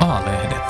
Maalehdet.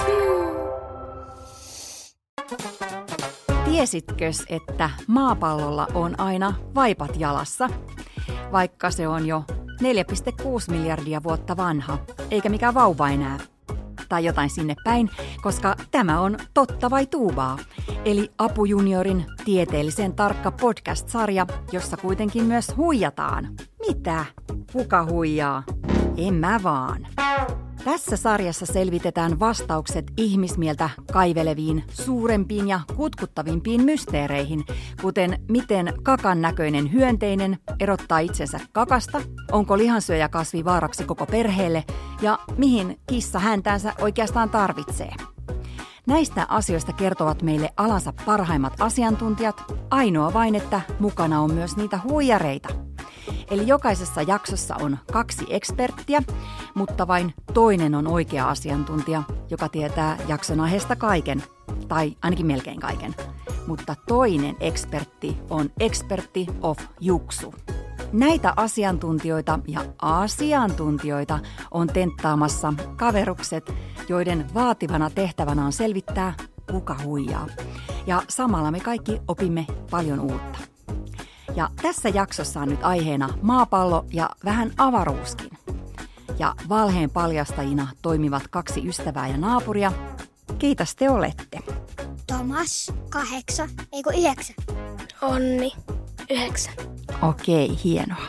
Tiesitkös, että maapallolla on aina vaipat jalassa, vaikka se on jo 4,6 miljardia vuotta vanha, eikä mikään vauva enää. Tai jotain sinne päin, koska tämä on Totta vai Tuubaa, eli Apu Juniorin tieteellisen tarkka podcast-sarja, jossa kuitenkin myös huijataan. Mitä? Kuka huijaa? En mä vaan. Tässä sarjassa selvitetään vastaukset ihmismieltä kaiveleviin, suurempiin ja kutkuttavimpiin mysteereihin, kuten miten kakan näköinen hyönteinen erottaa itsensä kakasta, onko lihansyöjäkasvi vaaraksi koko perheelle ja mihin kissa häntäänsä oikeastaan tarvitsee. Näistä asioista kertovat meille alansa parhaimmat asiantuntijat, ainoa vain, että mukana on myös niitä huijareita. Eli jokaisessa jaksossa on 2 eksperttiä, mutta vain toinen on oikea asiantuntija, joka tietää jakson aiheesta kaiken, tai ainakin melkein kaiken. Mutta toinen ekspertti on experti of Juksu. Näitä asiantuntijoita ja asiantuntijoita on tenttaamassa kaverukset, joiden vaativana tehtävänä on selvittää, kuka huijaa. Ja samalla me kaikki opimme paljon uutta. Ja tässä jaksossa on nyt aiheena maapallo ja vähän avaruuskin. Ja valheen paljastajina toimivat 2 ystävää ja naapuria. Keitäs te olette? Tomas, 8, eikö 9? Onni, 9. Okei, hienoa.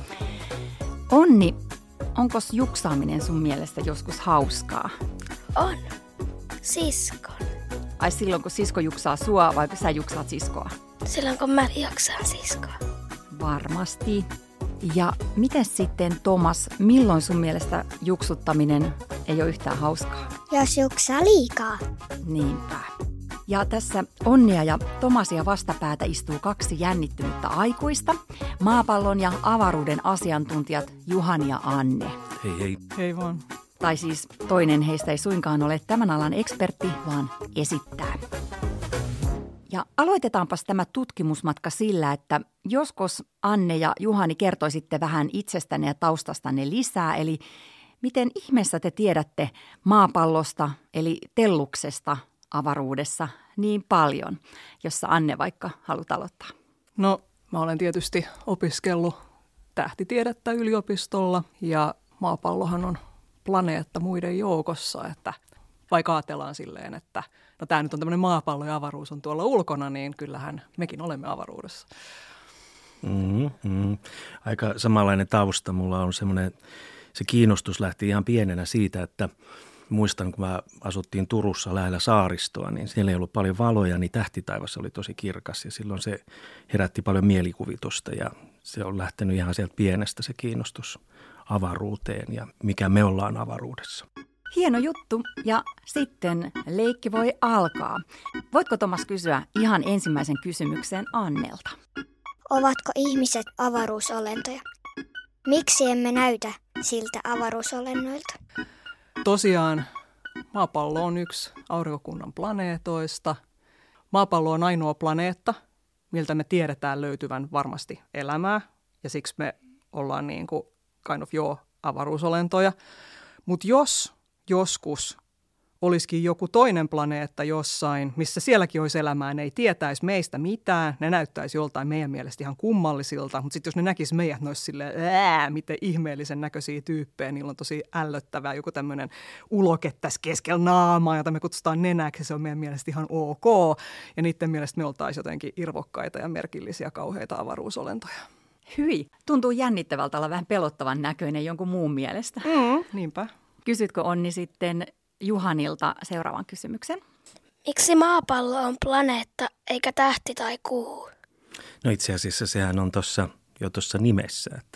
Onni, onkos juksaaminen sun mielestä joskus hauskaa? On. Siskon. Ai silloin, kun sisko juksaa sua vai sä juksaat siskoa? Silloin, kun mä juksaan siskoa. Varmasti. Ja miten sitten, Tomas, milloin sun mielestä juksuttaminen ei ole yhtään hauskaa? Jos juksaa liikaa. Niinpä. Ja tässä Onnia ja Tomasia vastapäätä istuu 2 jännittynyttä aikuista, maapallon ja avaruuden asiantuntijat Juhani ja Anne. Hei hei. Hei vaan. Tai siis toinen heistä ei suinkaan ole tämän alan ekspertti, vaan esittää. Ja aloitetaanpas tämä tutkimusmatka sillä, että joskus Anne ja Juhani kertoisitte vähän itsestänne ja taustastanne lisää, eli miten ihmeessä te tiedätte maapallosta, eli telluksesta avaruudessa niin paljon, jossa Anne vaikka haluat aloittaa? No, mä olen tietysti opiskellut tähtitiedettä yliopistolla ja maapallohan on planeetta muiden joukossa, että vaikka ajatellaan silleen, että no tämä nyt on tämmöinen maapallo ja avaruus on tuolla ulkona, niin kyllähän mekin olemme avaruudessa. Aika samanlainen tausta. Mulla on semmoinen, se kiinnostus lähti ihan pienenä siitä, että muistan, kun mä asuttiin Turussa lähellä saaristoa, niin siellä ei ollut paljon valoja, niin tähtitaivas oli tosi kirkas ja silloin se herätti paljon mielikuvitusta ja se on lähtenyt ihan sieltä pienestä se kiinnostus avaruuteen ja mikä me ollaan avaruudessa. Hieno juttu. Ja sitten leikki voi alkaa. Voitko, Tomas, kysyä ihan ensimmäisen kysymyksen Annelta? Ovatko ihmiset avaruusolentoja? Miksi emme näytä siltä avaruusolennoilta? Tosiaan maapallo on yksi aurinkokunnan planeetoista. Maapallo on ainoa planeetta, miltä me tiedetään löytyvän varmasti elämää. Ja siksi me ollaan niin kuin kind of avaruusolentoja. Mutta jos joskus olisikin joku toinen planeetta jossain, missä sielläkin olisi elämää, ne ei tietäisi meistä mitään, ne näyttäisi joltain meidän mielestä ihan kummallisilta, mutta sitten jos ne näkisi meidät, ne olisi silleen, miten ihmeellisen näköisiä tyyppejä, niillä on tosi ällöttävää joku tämmöinen uloke tässä keskellä naamaa, jota me kutsutaan nenäksi, se on meidän mielestä ihan ok, ja niiden mielestä me oltaisiin jotenkin irvokkaita ja merkillisiä kauheita avaruusolentoja. Hyi, tuntuu jännittävältä olla vähän pelottavan näköinen jonkun muun mielestä. Niinpä. Kysytkö, Onni, sitten Juhanilta seuraavan kysymyksen? Miksi maapallo on planeetta eikä tähti tai kuu? No itse asiassa sehän on jo tuossa nimessä, että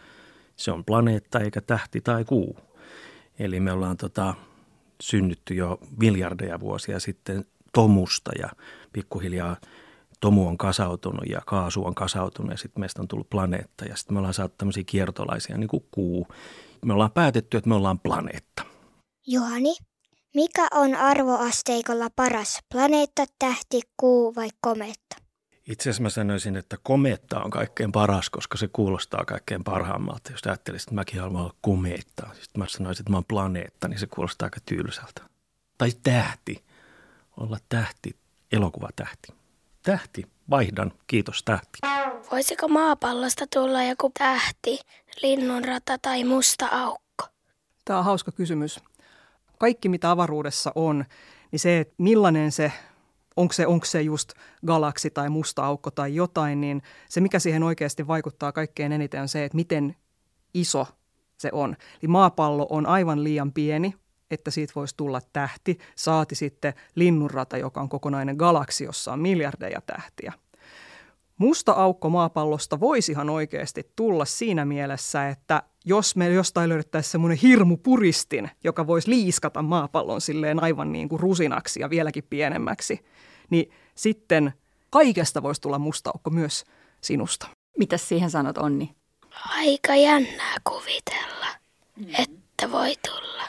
se on planeetta eikä tähti tai kuu. Eli me ollaan synnytty jo miljardeja vuosia sitten tomusta ja pikkuhiljaa tomu on kasautunut ja kaasu on kasautunut ja sitten meistä on tullut planeetta ja sitten me ollaan saatu tämmöisiä kiertolaisia niin kuin kuu. Me ollaan päätetty, että me ollaan planeetta. Juhani, mikä on arvoasteikolla paras, planeetta, tähti, kuu vai kometta? Itse asiassa mä sanoisin, että kometta on kaikkein paras, koska se kuulostaa kaikkein parhaammalta. Jos ajattelisit, että mäkin haluan olla kometta, sitten mä sanoisin, että mä oon planeetta, niin se kuulostaa aika tylsältä. Tai tähti. Olla tähti, elokuvatähti. Tähti, vaihdan, kiitos tähti. Voisiko maapallosta tulla joku tähti, linnunrata tai musta aukko? Tämä on hauska kysymys. Kaikki, mitä avaruudessa on, niin se, että millainen se, onko se just galaksi tai musta aukko tai jotain, niin se, mikä siihen oikeasti vaikuttaa kaikkein eniten, on se, että miten iso se on. Eli maapallo on aivan liian pieni, että siitä voisi tulla tähti, saati sitten linnunrata, joka on kokonainen galaksi, jossa on miljardeja tähtiä. Musta aukko maapallosta voisi ihan oikeasti tulla siinä mielessä, että jos me jostain löydettäisiin semmoinen hirmupuristin, joka voisi liiskata maapallon silleen aivan niin kuin rusinaksi ja vieläkin pienemmäksi, niin sitten kaikesta voisi tulla musta aukko myös sinusta. Mitäs siihen sanot, Onni? Aika jännää kuvitella, että voi tulla.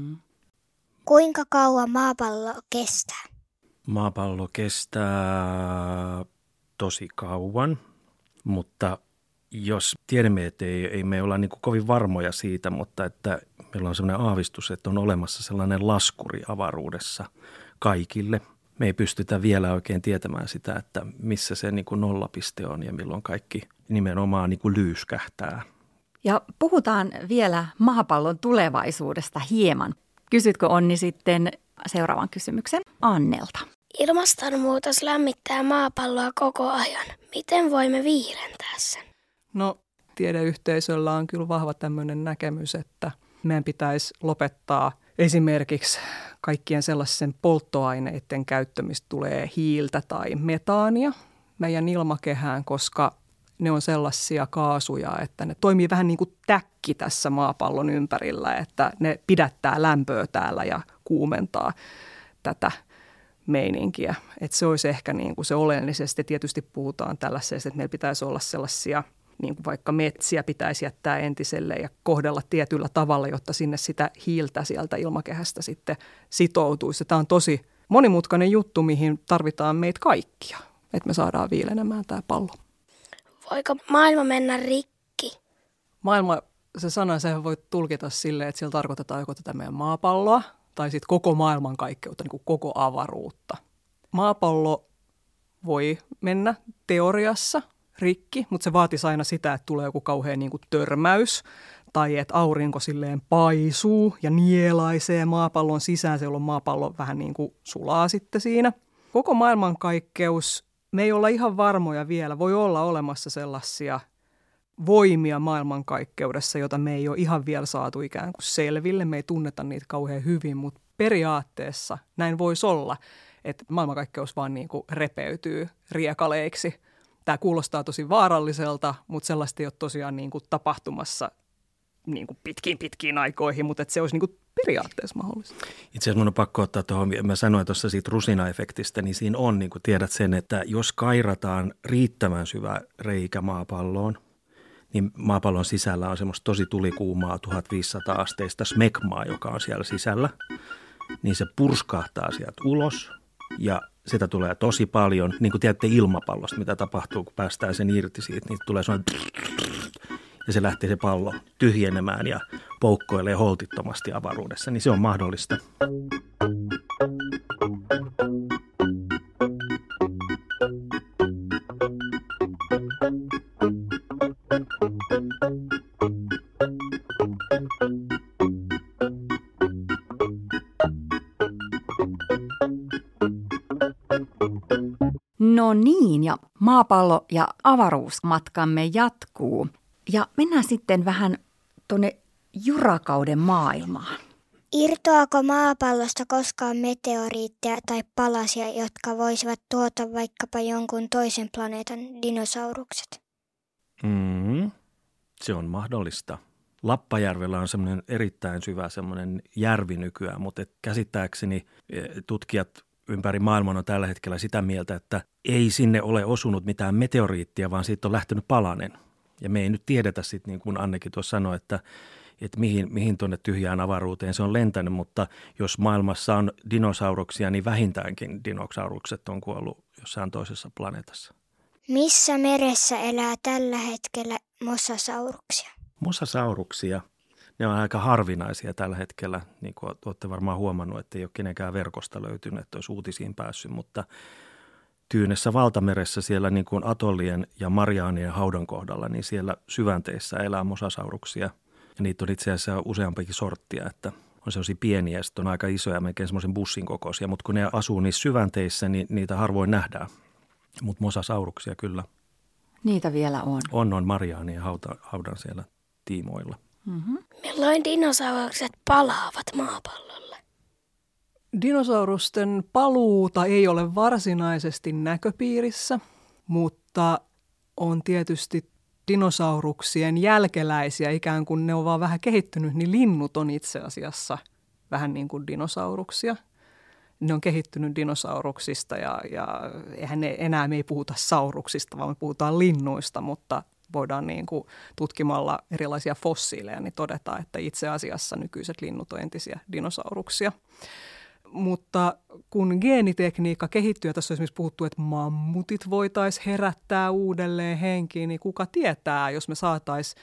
Kuinka kauan maapallo kestää? Maapallo kestää tosi kauan, mutta jos tiedämme, että ei me olla niin kuin kovin varmoja siitä, mutta että meillä on sellainen aavistus, että on olemassa sellainen laskuri avaruudessa kaikille. Me ei pystytä vielä oikein tietämään sitä, että missä se niin kuin nollapiste on ja milloin kaikki nimenomaan niin kuin lyyskähtää. Ja puhutaan vielä maapallon tulevaisuudesta hieman. Kysytkö, Onni, sitten seuraavan kysymyksen Annelta? Ilmastonmuutos lämmittää maapalloa koko ajan. Miten voimme viilentää sen? No, tiedeyhteisöllä on kyllä vahva tämmöinen näkemys, että meidän pitäisi lopettaa esimerkiksi kaikkien sellaisen polttoaineiden käyttö, mistä tulee hiiltä tai metaania meidän ilmakehään, koska ne on sellaisia kaasuja, että ne toimii vähän niin kuin täkki tässä maapallon ympärillä, että ne pidättää lämpöä täällä ja kuumentaa tätä meininkiä. Että se olisi ehkä niin kuin se oleellisesti. Tietysti puhutaan tällaisesta, että meillä pitäisi olla sellaisia, niin kuin vaikka metsiä pitäisi jättää entiselle ja kohdella tietyllä tavalla, jotta sinne sitä hiiltä sieltä ilmakehästä sitten sitoutuisi. Tämä on tosi monimutkainen juttu, mihin tarvitaan meitä kaikkia, että me saadaan viilenemään tämä pallo. Voiko maailma mennä rikki? Maailma, se sana, sehän voi tulkita silleen, että siellä tarkoitetaan joko tätä meidän maapalloa tai sitten koko maailmankaikkeutta, niin kuin koko avaruutta. Maapallo voi mennä teoriassa rikki, mutta se vaatisi aina sitä, että tulee joku kauhean niin kuin törmäys tai että aurinko silleen paisuu ja nielaisee maapallon sisään, jolloin maapallo vähän niin kuin sulaa sitten siinä. Koko maailmankaikkeus, me ei olla ihan varmoja vielä, voi olla olemassa sellaisia voimia maailmankaikkeudessa, jota me ei ole ihan vielä saatu ikään kuin selville. Me ei tunneta niitä kauhean hyvin, mutta periaatteessa näin voisi olla, että maailmankaikkeus vaan niin kuin repeytyy riekaleiksi. Tämä kuulostaa tosi vaaralliselta, mutta sellaista ei ole tosiaan niin kuin tapahtumassa niin kuin pitkiin aikoihin, mutta että se olisi niin kuin periaatteessa mahdollista. Itse asiassa minun on pakko ottaa tuohon, mä sanoin tuossa siitä rusinaefektistä, niin siinä on, niin kuin tiedät sen, että jos kairataan riittävän syvä reikä maapalloon, niin maapallon sisällä on semmoista tosi tulikuumaa 1500 asteista smegmaa, joka on siellä sisällä, niin se purskahtaa sieltä ulos ja sitä tulee tosi paljon, niin kuin tiedätte ilmapallosta, mitä tapahtuu, kun päästään sen irti siitä, niin tulee semmoinen ja se lähtee se pallo tyhjenemään ja poukkoilee holtittomasti avaruudessa, niin se on mahdollista. No niin, ja maapallo- ja avaruusmatkamme jatkuu. Ja mennään sitten vähän tuonne jurakauden maailmaan. Irtoaako maapallosta koskaan meteoriitteja tai palasia, jotka voisivat tuota vaikkapa jonkun toisen planeetan dinosaurukset? Se on mahdollista. Lappajärvellä on semmoinen erittäin syvä semmoinen järvi nykyään, mutta käsittääkseni tutkijat ympäri maailman on tällä hetkellä sitä mieltä, että ei sinne ole osunut mitään meteoriittia, vaan siitä on lähtenyt palanen. Ja me ei nyt tiedetä sitten, niin kuin Annekin tuossa sanoi, että mihin tuonne tyhjään avaruuteen se on lentänyt, mutta jos maailmassa on dinosauruksia, niin vähintäänkin dinosaurukset on kuollut jossain toisessa planeetassa. Missä meressä elää tällä hetkellä mosasauruksia? Mosasauruksia? ne on aika harvinaisia tällä hetkellä, niin kuin olette varmaan huomannut, että ei ole kenenkään verkosta löytynyt, että olisi uutisiin päässyt, mutta Tyynessä valtameressä siellä niin kuin atollien ja Mariaanien haudan kohdalla, niin siellä syvänteissä elää mosasauruksia. Ja niitä on itse asiassa useampikin sorttia, että on sellaisia pieniä ja sitten on aika isoja, melkein semmoisen bussin kokoisia. Mutta kun ne asuu niissä syvänteissä, niin niitä harvoin nähdään. Mutta mosasauruksia kyllä. Niitä vielä on. On Mariaanien haudan siellä tiimoilla. Mm-hmm. Milloin dinosaurukset palaavat maapallolle? Dinosaurusten paluuta ei ole varsinaisesti näköpiirissä, mutta on tietysti dinosauruksien jälkeläisiä, ikään kuin ne on vaan vähän kehittynyt, niin linnut on itse asiassa vähän niin kuin dinosauruksia. Ne on kehittynyt dinosauruksista ja eihän me ei puhuta sauruksista, vaan me puhutaan linnuista, mutta voidaan niin kuin tutkimalla erilaisia fossiileja niin todeta, että itse asiassa nykyiset linnut on entisiä dinosauruksia. Mutta kun geenitekniikka kehittyy, ja tässä on esimerkiksi puhuttu, että mammutit voitaisiin herättää uudelleen henkiin, niin kuka tietää, jos me saataisiin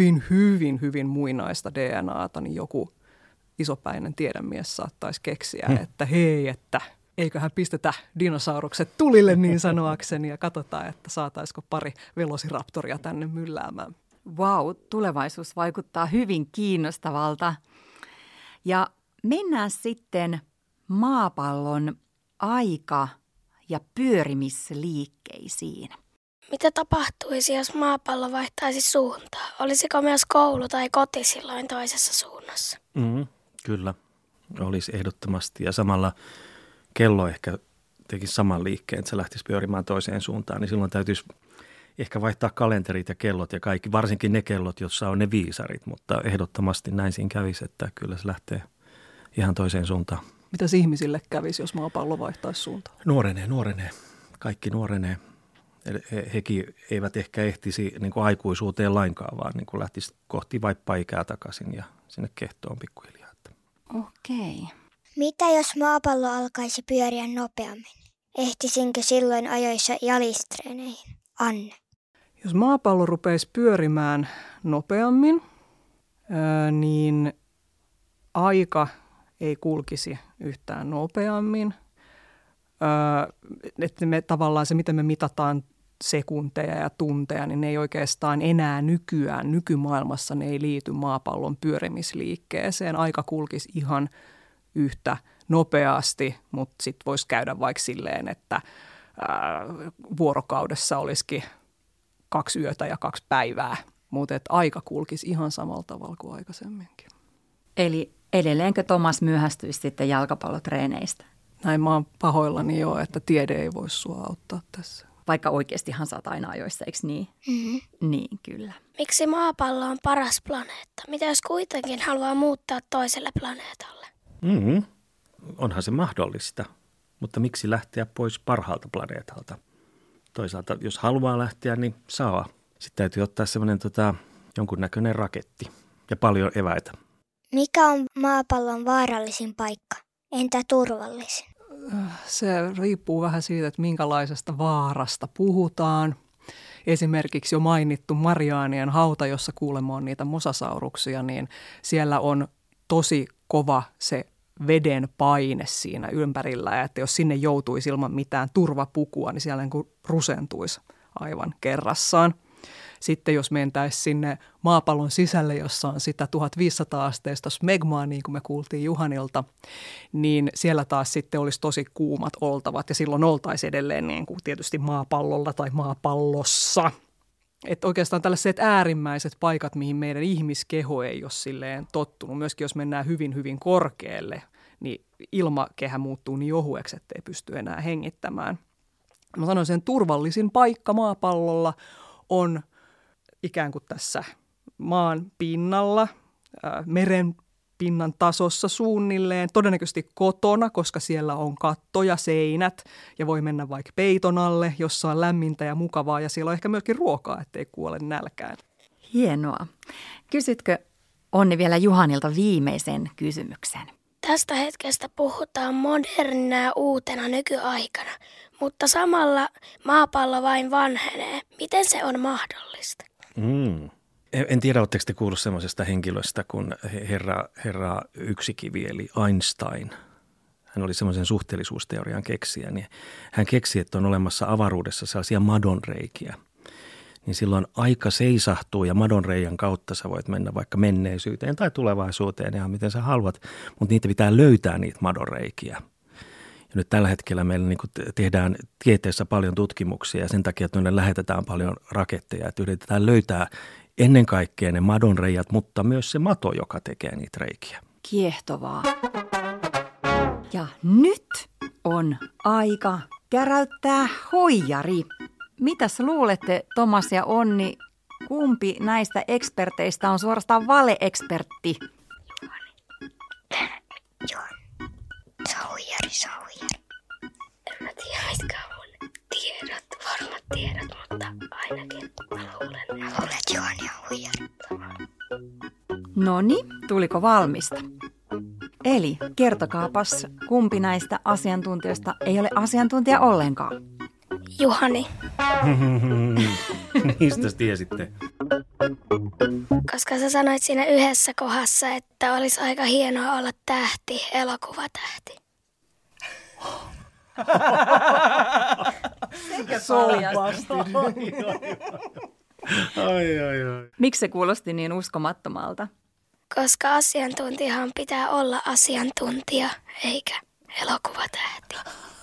hyvin muinaista DNAta, niin joku isopäinen tiedemies saattaisi keksiä, että hei, että eiköhän pistetä dinosaurukset tulille niin sanoakseni ja katsotaan, että saataisiko pari velociraptoria tänne mylläämään. Vau, tulevaisuus vaikuttaa hyvin kiinnostavalta. Ja mennään sitten maapallon aika- ja pyörimisliikkeisiin. Mitä tapahtuisi, jos maapallo vaihtaisi suuntaa? Olisiko myös koulu tai koti silloin toisessa suunnassa? Kyllä, olisi ehdottomasti. Ja samalla kello ehkä tekisi saman liikkeen, että se lähtisi pyörimään toiseen suuntaan. Niin silloin täytyisi ehkä vaihtaa kalenterit ja kellot ja kaikki, varsinkin ne kellot, joissa on ne viisarit. Mutta ehdottomasti näin siinä kävisi, että kyllä se lähtee ihan toiseen suuntaan. Mitäs ihmisille kävisi, jos maapallo vaihtaisi suuntaan? Nuorenee. Kaikki nuorenee. Hekin eivät ehkä ehtisi niin kuin aikuisuuteen lainkaan, vaan niin kuin lähtisi kohti vaippa-ikää takaisin ja sinne kehtoon pikkuhiljaa. Okei. Mitä jos maapallo alkaisi pyöriä nopeammin? Ehtisinkö silloin ajoissa jalistreeneihin? Anne. Jos maapallo rupeisi pyörimään nopeammin, niin aika ei kulkisi yhtään nopeammin. Että me tavallaan se, miten me mitataan sekunteja ja tunteja, niin ne ei oikeastaan enää nykymaailmassa ne ei liity maapallon pyörimisliikkeeseen. Aika kulkisi ihan yhtä nopeasti, mutta sitten voisi käydä vaikka silleen, että vuorokaudessa olisikin 2 yötä ja 2 päivää, mutta aika kulkisi ihan samalla tavalla kuin aikaisemminkin. Eli edelleenkö Tomas myöhästyisi sitten jalkapallotreeneistä? Näin mä oon pahoillani jo, että tiede ei voi sua auttaa tässä. Vaikka oikeastihan sä oot aina ajoissa, eikö niin? Mm-hmm. Niin, kyllä. Miksi maapallo on paras planeetta? Mitä jos kuitenkin haluaa muuttaa toiselle planeetalle? Onhan se mahdollista, mutta miksi lähteä pois parhaalta planeetalta? Toisaalta, jos haluaa lähteä, niin saa. Sitten täytyy ottaa semmoinen jonkunnäköinen raketti ja paljon eväitä. Mikä on maapallon vaarallisin paikka? Entä turvallisin? Se riippuu vähän siitä, että minkälaisesta vaarasta puhutaan. Esimerkiksi jo mainittu Mariaanien hauta, jossa kuulemma on niitä mosasauruksia, niin siellä on tosi kova se veden paine siinä ympärillä. Ja että jos sinne joutuisi ilman mitään turvapukua, niin siellä niin kuin rusentuisi aivan kerrassaan. Sitten jos mentäisiin sinne maapallon sisälle, jossa on sitä 1500-asteista smegmaa, niin kuin me kuultiin Juhanilta, niin siellä taas sitten olisi tosi kuumat oltavat ja silloin oltaisiin edelleen niin kuin tietysti maapallolla tai maapallossa. Että oikeastaan tällaiset äärimmäiset paikat, mihin meidän ihmiskeho ei ole silleen tottunut, myöskin jos mennään hyvin korkealle, niin ilmakehä muuttuu niin ohueksi, että ei pysty enää hengittämään. Mä sanoin, sen turvallisin paikka maapallolla on ikään kuin tässä maan pinnalla, meren pinnan tasossa suunnilleen, todennäköisesti kotona, koska siellä on katto ja seinät ja voi mennä vaikka peiton alle, jossa on lämmintä ja mukavaa ja siellä on ehkä myöskin ruokaa, ettei kuole nälkään. Hienoa. Kysytkö Onni vielä Juhanilta viimeisen kysymyksen? Tästä hetkestä puhutaan modernina ja uutena nykyaikana, mutta samalla maapallo vain vanhenee. Miten se on mahdollista? En tiedä, oletteko te kuullut semmoisesta henkilöstä kuin herra Yksikivi, eli Einstein. Hän oli semmoisen suhteellisuusteorian keksijä. Niin hän keksi, että on olemassa avaruudessa sellaisia madonreikiä. Niin silloin aika seisahtuu ja madonreijan kautta sä voit mennä vaikka menneisyyteen tai tulevaisuuteen ihan miten sä haluat. Mutta niitä pitää löytää niitä madonreikiä. Ja nyt tällä hetkellä meillä niin kuin tehdään tieteessä paljon tutkimuksia ja sen takia, että ne lähetetään paljon raketteja. Että yritetään löytää ennen kaikkea ne madonreijat, mutta myös se mato, joka tekee niitä reikiä. Kiehtovaa. Ja nyt on aika käräyttää huijari. Mitäs luulette, Tomas ja Onni, kumpi näistä eksperteistä on suorastaan vale-ekspertti? Juhani. Se on huijari. En mä tiedä, mitkä on tiedot, varmat tiedot, mutta ainakin mä luulen. Mä luulen, että Juhani on huijari. Noniin, tuliko valmista? Eli kertokaapas, kumpi näistä asiantuntijoista ei ole asiantuntija ollenkaan? Juhani. Mistä tiesitte? Koska sä sanoit siinä yhdessä kohdassa, että olisi aika hienoa olla tähti, elokuvatähti. Ai. Miksi se kuulosti niin uskomattomalta? Koska asiantuntijahan pitää olla asiantuntija, eikä elokuvatähti.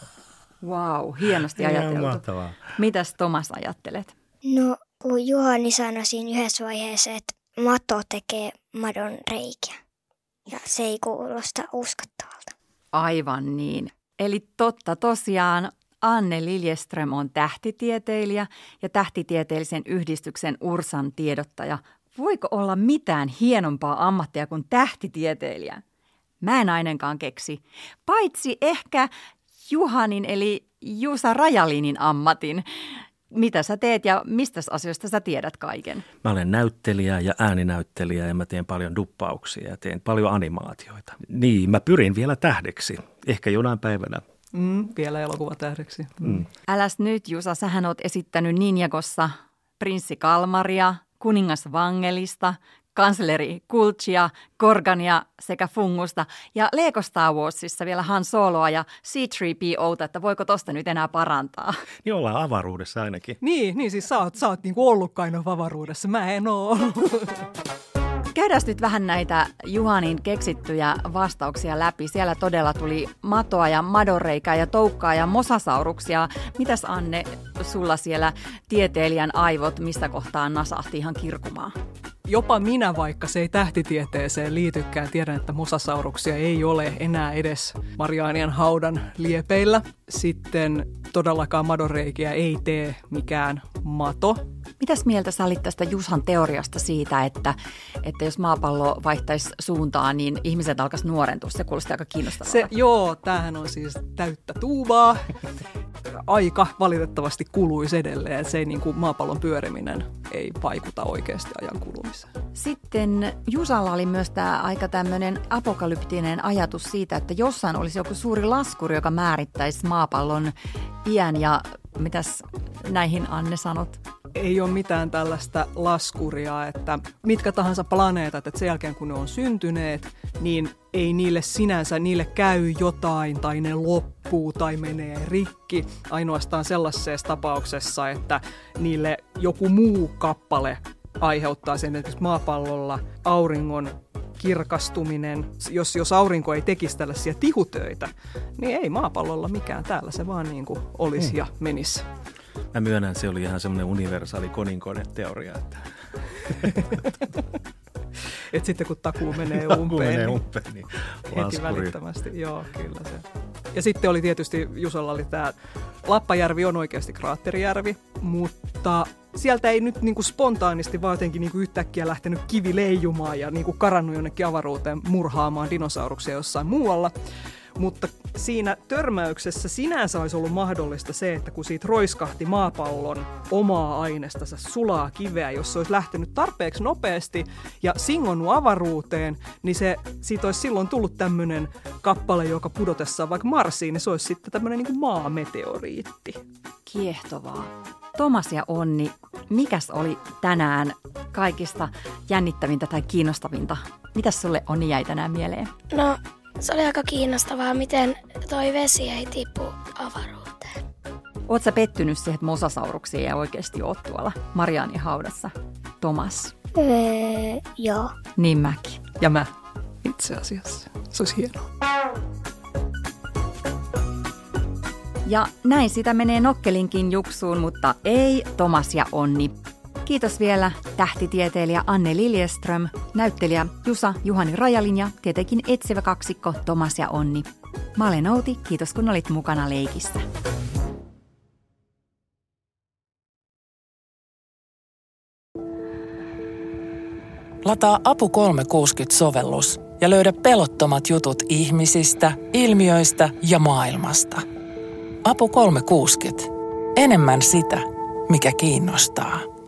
Vau, hienosti ajateltu. Mahtavaa. Mitäs Tomas ajattelet? No, kun Juhani sanoi siinä yhdessä vaiheessa, että mato tekee madon reikiä. Ja se ei kuulosta uskottavalta. Aivan niin. Eli totta tosiaan Anne Liljeström on tähtitieteilijä ja tähtitieteellisen yhdistyksen Ursan tiedottaja. Voiko olla mitään hienompaa ammattia kuin tähtitieteilijä? Mä en ainakaan keksi. Paitsi ehkä Juhanin eli Juusa Rajalinin ammatin. Mitä sä teet ja mistä asioista sä tiedät kaiken? Mä olen näyttelijä ja ääninäyttelijä ja mä teen paljon duppauksia ja teen paljon animaatioita. Niin, mä pyrin vielä tähdeksi. Ehkä jonain päivänä. Vielä elokuvatähdeksi. Äläs nyt, Jusa, sähän oot esittänyt Ninjagossa prinssi Kalmaria, kuningas Vangelista, kansleri Kulchia, Gorgania sekä Fungusta ja Lego Star Warsissa vielä Han Soloa ja C-3POta, että voiko tosta nyt enää parantaa? Niin ollaan avaruudessa ainakin. Niin siis sä oot niinku ollut kaino avaruudessa, mä en oo ollut. Käydään nyt vähän näitä Juhanin keksittyjä vastauksia läpi. Siellä todella tuli matoa ja madonreikää ja toukkaa ja mosasauruksia. Mitäs Anne, sulla siellä tieteilijän aivot, mistä kohtaa nasahti ihan kirkumaan? Jopa minä, vaikka se ei tähtitieteeseen liitykään, tiedän, että mosasauruksia ei ole enää edes Mariaanien haudan liepeillä. Sitten todellakaan madonreikiä ei tee mikään mato. Mitäs mieltä sä olit tästä Jusan teoriasta siitä, että jos maapallo vaihtaisi suuntaa, niin ihmiset alkaisi nuorentua? Se kuulosti aika kiinnostavalta. Tämähän on siis täyttä tuubaa. Aika valitettavasti kuluisi edelleen. Se ei niin kuin maapallon pyöriminen ei vaikuta oikeasti ajan kulumiseen. Sitten Jusalla oli myös tämä aika tämmöinen apokalyptinen ajatus siitä, että jossain olisi joku suuri laskuri, joka määrittäisi maapallon iän ja mitäs näihin Anne sanot? Ei ole mitään tällaista laskuria, että mitkä tahansa planeetat, että sen jälkeen kun ne on syntyneet, niin ei niille käy jotain tai ne loppuu tai menee rikki. Ainoastaan sellaisessa tapauksessa, että niille joku muu kappale aiheuttaa sen, että maapallolla auringon kirkastuminen, jos aurinko ei tekisi tällaisia tihutöitä, niin ei maapallolla mikään täällä, se vaan niin kuin olisi ja menisi. Mä myönnän, se oli ihan semmoinen universaali koninkoneteoria. Että et sitten kun takuu menee umpeen, niin heti välittömästi. Joo, kyllä se. Ja sitten oli tietysti, Jusalla oli tämä Lappajärvi on oikeasti kraatterijärvi, mutta sieltä ei nyt niinku spontaanisti vaan jotenkin niinku yhtäkkiä lähtenyt kivi leijumaan ja niinku karannut jonnekin avaruuteen murhaamaan dinosauruksia jossain muualla. Mutta siinä törmäyksessä sinänsä olisi ollut mahdollista se, että kun siitä roiskahti maapallon omaa ainestansa sulaa kiveä, jos se olisi lähtenyt tarpeeksi nopeasti ja singonnut avaruuteen, niin siitä olisi silloin tullut tämmöinen kappale, joka pudotessaan vaikka Marsiin, niin se olisi sitten tämmöinen niin kuin maameteoriitti. Kiehtovaa. Tomas ja Onni, mikäs oli tänään kaikista jännittävintä tai kiinnostavinta? Mitäs sulle Onni jäi tänään mieleen? No, se oli aika kiinnostavaa, miten toi vesi ei tipu avaruuteen. Oot sä pettynyt siihen, että mosasauruksia ei oikeasti ole tuolla Mariaanin haudassa? Tomas? Joo. Niin mäkin. Ja mä itse asiassa. Se olisi hienoa. Ja näin sitä menee Nokkelinkin juksuun, mutta ei Tomas ja Onni. Kiitos vielä tähtitieteilijä Anne Liljeström, näyttelijä Jusa Juhani Rajalin ja tietenkin etsivä kaksikko Tomas ja Onni. Mä olen Outi, kiitos kun olit mukana leikissä. Lataa Apu 360-sovellus ja löydä pelottomat jutut ihmisistä, ilmiöistä ja maailmasta. Apu 360. Enemmän sitä, mikä kiinnostaa.